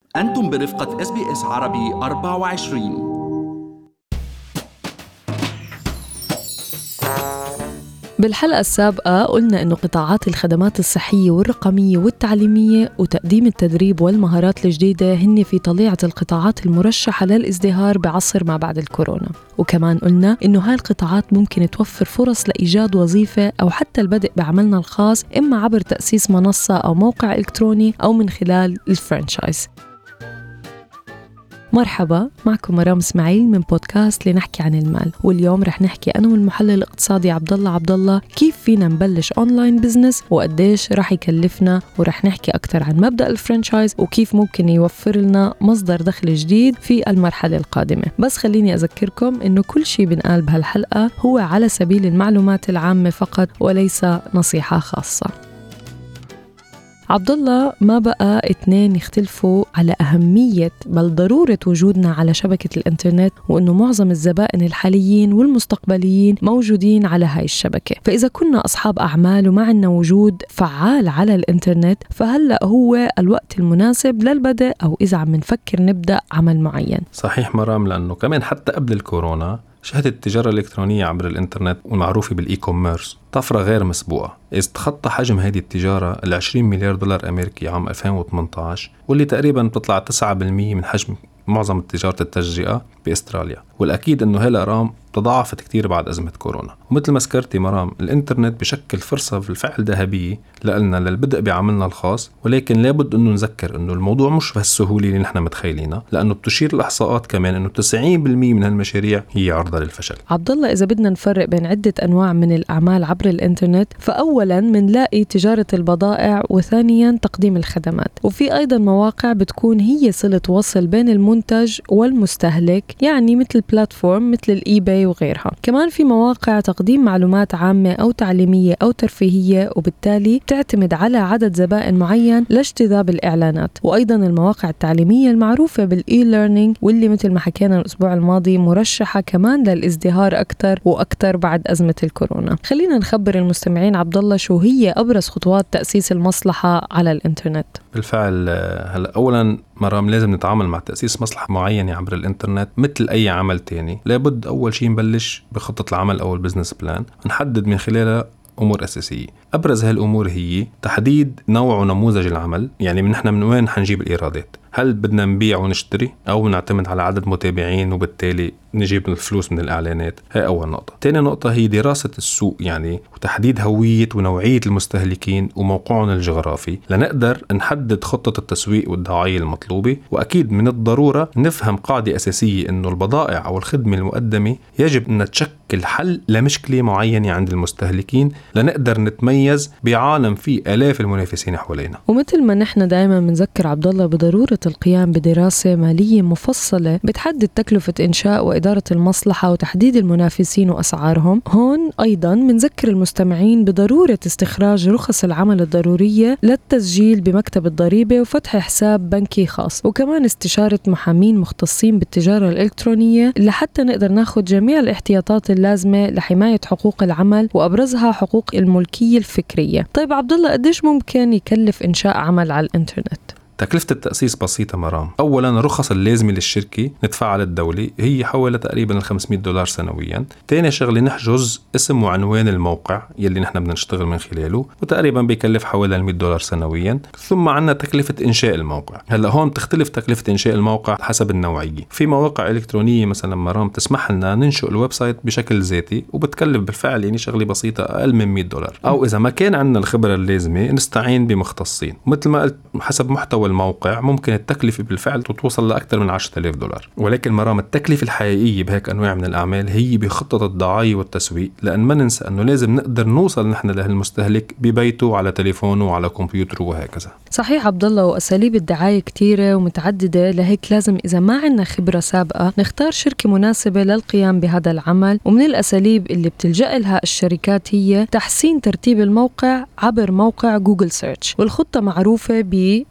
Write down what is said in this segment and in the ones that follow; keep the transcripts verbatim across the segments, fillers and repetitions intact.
أنتم برفقة إس بي إس عربي أربعة وعشرين. بالحلقة السابقة قلنا إنه قطاعات الخدمات الصحية والرقمية والتعليمية وتقديم التدريب والمهارات الجديدة هن في طليعة القطاعات المرشحة للازدهار بعصر ما بعد الكورونا. وكمان قلنا إنه هاي القطاعات ممكن توفر فرص لإيجاد وظيفة أو حتى البدء بعملنا الخاص، إما عبر تأسيس منصة أو موقع إلكتروني أو من خلال الفرانشايز. مرحبا، معكم مرام اسماعيل من بودكاست لنحكي عن المال، واليوم رح نحكي أنا والمحلل الاقتصادي عبدالله عبدالله كيف فينا نبلش أونلاين بزنس وقديش رح يكلفنا، ورح نحكي أكتر عن مبدأ الفرانشايز وكيف ممكن يوفر لنا مصدر دخل جديد في المرحلة القادمة. بس خليني أذكركم إنه كل شيء بنقال بهالحلقة هو على سبيل المعلومات العامة فقط وليس نصيحة خاصة. عبدالله، ما بقى اثنين يختلفوا على أهمية بل ضرورة وجودنا على شبكة الإنترنت، وإنه معظم الزبائن الحاليين والمستقبليين موجودين على هاي الشبكة. فإذا كنا أصحاب أعمال وما عنا وجود فعال على الإنترنت، فهلأ هو الوقت المناسب للبدء، أو إذا عم نفكر نبدأ عمل معين. صحيح مرام، لأنه كمان حتى قبل الكورونا شهدت التجارة الإلكترونية عبر الإنترنت والمعروفة بالإي كوميرس طفرة غير مسبوقة، إذ تخطى حجم هذه التجارة العشرين مليار دولار أمريكي عام ألفين وثمانية عشر، واللي تقريبا بتطلع تسعة بالمية من حجم معظم تجارة التجزئة بإستراليا. والأكيد أنه هالأرقام تضاعفت كتير بعد أزمة كورونا. ومثل ما سكرتي مرام، الإنترنت بشكل فرصة بالفعل ذهبية لنا للبدء بعملنا الخاص، ولكن لابد أنه نذكر أنه الموضوع مش بهالسهولة اللي نحن متخيلينها، لأنه بتشير الإحصاءات كمان أنه تسعين بالمية من هالمشاريع هي عرضة للفشل. عبدالله، إذا بدنا نفرق بين عدة أنواع من الأعمال عبر الإنترنت، فأولاً منلاقي تجارة البضائع، وثانياً تقديم الخدمات، وفي أيضاً مواقع بتكون هي صلة وصل بين المنتج والمستهلك، يعني مثل بلاتفورم مثل الإي باي وغيرها. كمان في مواقع تقديم معلومات عامة أو تعليمية أو ترفيهية، وبالتالي تعتمد على عدد زبائن معين لاجتذاب الإعلانات. وأيضاً المواقع التعليمية المعروفة بالإي ليرنينج، واللي مثل ما حكينا الأسبوع الماضي مرشحة كمان للازدهار أكتر وأكتر بعد أزمة الكورونا. خلينا نخبر المستمعين عبدالله شو هي أبرز خطوات تأسيس المصلحة على الإنترنت. بالفعل هلا أولاً مرام، لازم نتعامل مع تأسيس مصلحة معينة عبر الإنترنت مثل أي عمل تاني. لابد أول شيء نبلش بخطة العمل أو البزنس بلان، نحدد من خلالها أمور أساسية. أبرز هالأمور هي تحديد نوع ونموذج العمل، يعني من نحن من وين حنجيب الإيرادات. هل بدنا نبيع ونشتري أو نعتمد على عدد متابعين وبالتالي نجيب الفلوس من الإعلانات؟ هاي أول نقطة. تاني نقطة هي دراسة السوق، يعني وتحديد هوية ونوعية المستهلكين وموقعهم الجغرافي لنقدر نحدد خطة التسويق والدعاية المطلوبة. وأكيد من الضرورة نفهم قاعدة أساسية إنه البضائع أو الخدمة المقدمة يجب أن تشكل حل لمشكلة معينة عند المستهلكين لنقدر نتميز بعالم فيه آلاف المنافسين حوالينا. ومثل ما نحن دائما بنذكر عبدالله بضرورة القيام بدراسة مالية مفصلة بتحدد تكلفة إنشاء وإدارة المصلحة وتحديد المنافسين وأسعارهم. هون أيضا بنذكر المستمعين بضرورة استخراج رخص العمل الضرورية للتسجيل بمكتب الضريبة وفتح حساب بنكي خاص، وكمان استشارة محامين مختصين بالتجارة الإلكترونية لحتى نقدر ناخد جميع الاحتياطات اللازمة لحماية حقوق العمل وأبرزها حقوق الملكية الفكرية. طيب عبدالله، قديش ممكن يكلف إنشاء عمل على الإنترنت؟ تكلفة التأسيس بسيطة مرام. أولاً الرخص اللازمة للشركة ندفعها للدولة هي حوالي تقريباً خمسمية دولار سنوياً. تاني شغلة نحجز اسم وعنوان الموقع يلي نحن بدنا نشتغل من خلاله، وتقريباً بيكلف حوالي مية دولار سنوياً. ثم عنا تكلفة إنشاء الموقع. هلأ هون تختلف تكلفة إنشاء الموقع حسب النوعية. في مواقع إلكترونية مثلاً مرام تسمح لنا ننشئ الويب سايت بشكل ذاتي وبتكلف بالفعل يعني شغلة بسيطة أقل من مية دولار. أو إذا ما كان عنا الخبرة اللازمة نستعين بمختصين. مثل ما قلت حسب محتوى الموقع ممكن التكلفة بالفعل توصل لأكثر من عشرة آلاف دولار. ولكن مرام التكلفة الحقيقية بهيك أنواع من الأعمال هي بخطة الدعاية والتسويق، لأن ما ننسى أنه لازم نقدر نوصل نحن لهالمستهلك ببيته على تليفونه وعلى كمبيوتره وهكذا. صحيح عبدالله، وأساليب الدعاية كتيرة ومتعددة، لهيك لازم إذا ما عنا خبرة سابقة نختار شركة مناسبة للقيام بهذا العمل. ومن الأساليب اللي بتلجأ لها الشركات هي تحسين ترتيب الموقع عبر موقع جوجل سيرش، والخطة معروفة ب Search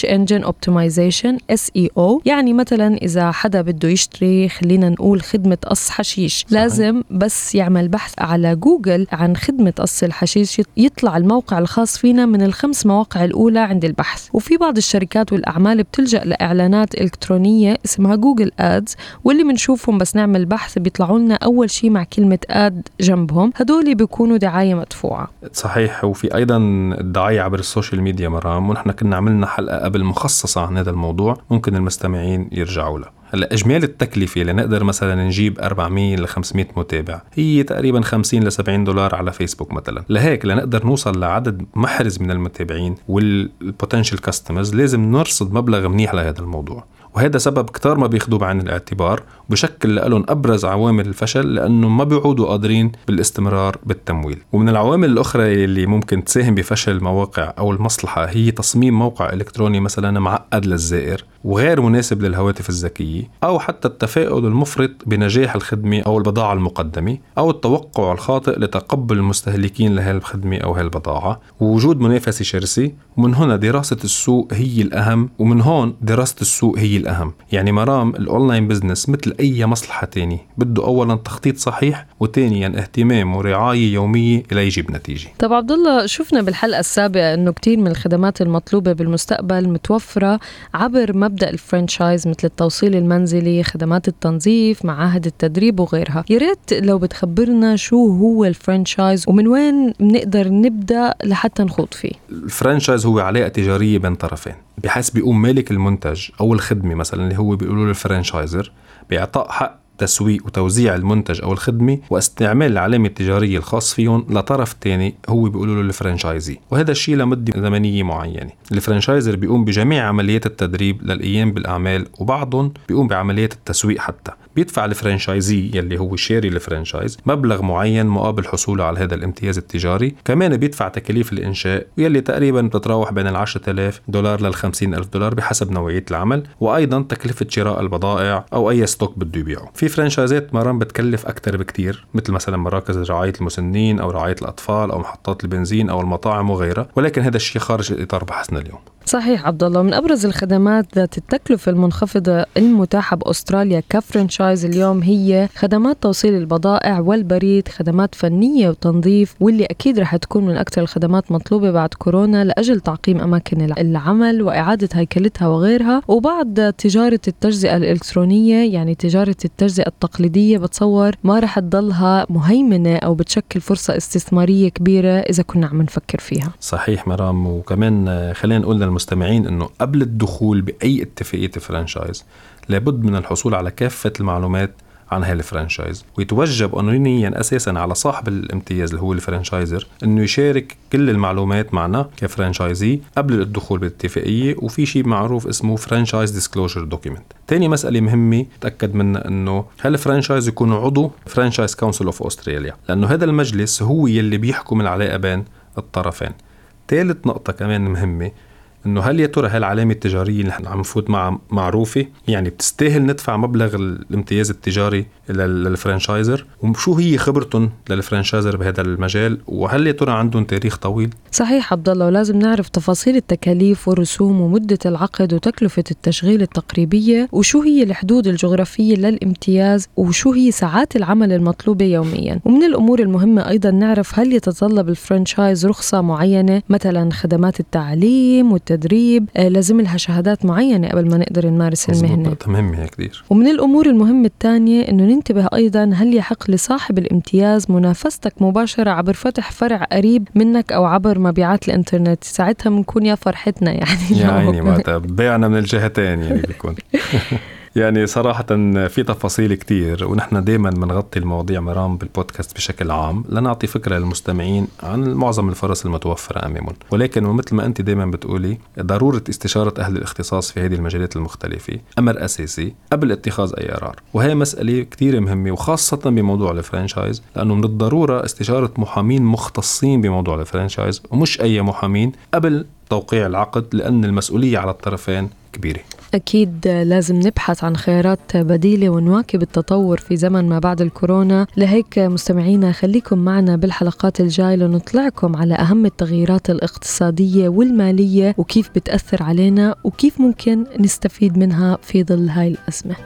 Search Engine Optimization إس إي أو. يعني مثلا إذا حدا بده يشتري خلينا نقول خدمة قص حشيش، لازم بس يعمل بحث على جوجل عن خدمة قص الحشيش يطلع الموقع الخاص فينا من الخمس مواقع الأولى عند البحث. وفي بعض الشركات والأعمال بتلجأ لإعلانات إلكترونية اسمها جوجل آدز، واللي منشوفهم بس نعمل بحث بيطلعوا لنا أول شيء مع كلمة آد جنبهم، هدول بيكونوا دعاية مدفوعة. صحيح. وفي أيضا الدعاية عبر السوشيال ميديا مرام، ونحن كنا عملنا حلقة قبل مخصصة عن هذا الموضوع، ممكن المستمعين يرجعوا لها. هلا إجمالي التكلفة لنقدر مثلا نجيب أربعمية لخمسمية متابع هي تقريبا خمسين لسبعين دولار على فيسبوك مثلا. لهيك لنقدر نوصل لعدد محرز من المتابعين والبوتنشال كاستمرز لازم نرصد مبلغ منيح لهذا الموضوع، وهذا سبب كتار ما بياخدوه بعين الاعتبار، بشكل لهم أبرز عوامل الفشل لأنه ما بيعودوا قادرين بالاستمرار بالتمويل. ومن العوامل الأخرى اللي ممكن تساهم بفشل المواقع أو المصلحة هي تصميم موقع إلكتروني مثلا معقد للزائر وغير مناسب للهواتف الذكية، أو حتى التفاؤل المفرط بنجاح الخدمة أو البضاعة المقدمة، أو التوقع الخاطئ لتقبل المستهلكين لهالخدمة أو هالبضاعة، ووجود منافسة شرسة. ومن هنا دراسة السوق هي الأهم، ومن هون دراسة السوق هي الأهم. يعني مرام الأونلاين بزنس مثل أي مصلحة تاني بده أولا تخطيط صحيح، وثانيا اهتمام ورعاية يومية ليجيب نتيجة. طب عبد الله، شفنا بالحلقة السابقة إنه كتير من الخدمات المطلوبة بالمستقبل متوفرة عبر مبدأ الفرنشايز، مثل التوصيل المنزلي، خدمات التنظيف، معاهد التدريب وغيرها. يا ريت لو بتخبرنا شو هو الفرنشايز ومن وين بنقدر نبدأ لحتى نخوض فيه. الفرنشايز هو علاقة تجارية بين طرفين، بحيث بيقوم مالك المنتج أو الخدمة مثلا اللي هو بيقولوا له الفرنشايزر بإعطاء حق تسويق وتوزيع المنتج أو الخدمة واستعمال العلامة التجارية الخاص فيهم لطرف تاني هو بيقولوا له الفرنشايزي، وهذا الشيء لمدة زمنية معينة. الفرنشايزر بيقوم بجميع عمليات التدريب للقيام بالأعمال، وبعضهم بيقوم بعمليات التسويق. حتى بيدفع الفرنشايزي يلي هو شاري الفرنشايز مبلغ معين مقابل حصوله على هذا الامتياز التجاري. كمان بيدفع تكاليف الإنشاء يلي تقريبا بتتراوح بين العشرة آلاف دولار للخمسين ألف دولار بحسب نوعية العمل، وأيضا تكلفة شراء البضائع أو أي ستوك بده يبيعه. في فرنشايزات مرام بتكلف أكتر بكتير، مثل مثلا مراكز رعاية المسنين أو رعاية الأطفال أو محطات البنزين أو المطاعم وغيرها، ولكن هذا الشيء خارج الإطار بحثنا اليوم. صحيح عبد الله. من أبرز الخدمات ذات التكلفة المنخفضة المتاحة بأستراليا كفرنشايز اليوم هي خدمات توصيل البضائع والبريد، خدمات فنية وتنظيف، واللي أكيد رح تكون من أكثر الخدمات مطلوبة بعد كورونا لأجل تعقيم أماكن العمل وإعادة هيكلتها وغيرها. وبعد تجارة التجزئة الإلكترونية، يعني تجارة التجزئة التقليدية بتصور ما رح تضلها مهيمنة أو بتشكل فرصة استثمارية كبيرة إذا كنا عم نفكر فيها. صحيح مرام. وكمان خلينا نقول للمستمعين أنه قبل الدخول بأي اتفاقية فرنشايز لابد من الحصول على كافة المعلومات عن هالفرنشايز، ويتوجب قانونيا أساسا على صاحب الامتياز اللي هو الفرنشايزر أنه يشارك كل المعلومات معنا كفرنشايزي قبل الدخول بالاتفاقية. وفي شيء معروف اسمه فرنشايز ديسكلوجر دوكيمنت. تاني مسألة مهمة تأكد منها أنه هالفرنشايز يكون عضو فرنشايز كونسل أوف أستراليا، لأنه هذا المجلس هو يلي بيحكم العلاقة بين الطرفين. ثالث نقطة كمان مهمة، إنه هل يا ترى هالعلامة التجارية اللي نحن عم نفوت معها معروفة، يعني بتستاهل ندفع مبلغ الامتياز التجاري للفرنشايزر، وشو هي خبرتهم للفرنشايزر بهذا المجال، وهل يا ترى عندهم تاريخ طويل. صحيح عبد الله. ولازم نعرف تفاصيل التكاليف والرسوم ومدة العقد وتكلفة التشغيل التقريبية، وشو هي الحدود الجغرافية للامتياز، وشو هي ساعات العمل المطلوبة يوميا. ومن الأمور المهمة أيضا نعرف هل يتطلب الفرنشايز رخصة معينة، مثلا خدمات التعليم والتدريب آه لازم لها شهادات معينة قبل ما نقدر نمارس المهنة. مهمة كتير. ومن الأمور المهمة الثانية إنه ننتبه أيضا هل يحق لصاحب الامتياز منافستك مباشرة عبر فتح فرع قريب منك أو عبر مبيعات الإنترنت. ساعتها بنكون يا فرحتنا يعني يعني ما بيعنا من الجهتين يعني بيكون يعني صراحة في تفاصيل كتير، ونحن دايما منغطي المواضيع مرام بالبودكاست بشكل عام لنعطي فكرة للمستمعين عن معظم الفرص المتوفرة أمامهم. ولكن ومثل ما أنت دايما بتقولي، ضرورة استشارة أهل الاختصاص في هذه المجالات المختلفة أمر أساسي قبل اتخاذ أي قرار، وهي مسألة كتير مهمة، وخاصة بموضوع الفرنشايز، لأنه من الضرورة استشارة محامين مختصين بموضوع الفرنشايز ومش أي محامين قبل توقيع العقد، لأن المسؤولية على الطرفين كبيرة. أكيد لازم نبحث عن خيارات بديلة ونواكب التطور في زمن ما بعد الكورونا. لهيك مستمعينا خليكم معنا بالحلقات الجاية لنطلعكم على أهم التغييرات الاقتصادية والمالية وكيف بتأثر علينا وكيف ممكن نستفيد منها في ظل هاي الأزمة.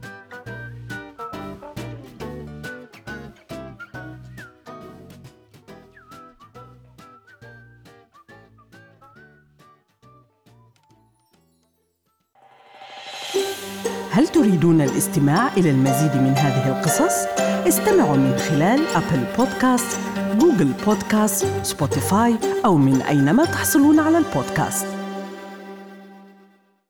هل تريدون الاستماع إلى المزيد من هذه القصص؟ استمعوا من خلال أبل بودكاست، جوجل بودكاست، سبوتيفاي أو من أينما تحصلون على البودكاست.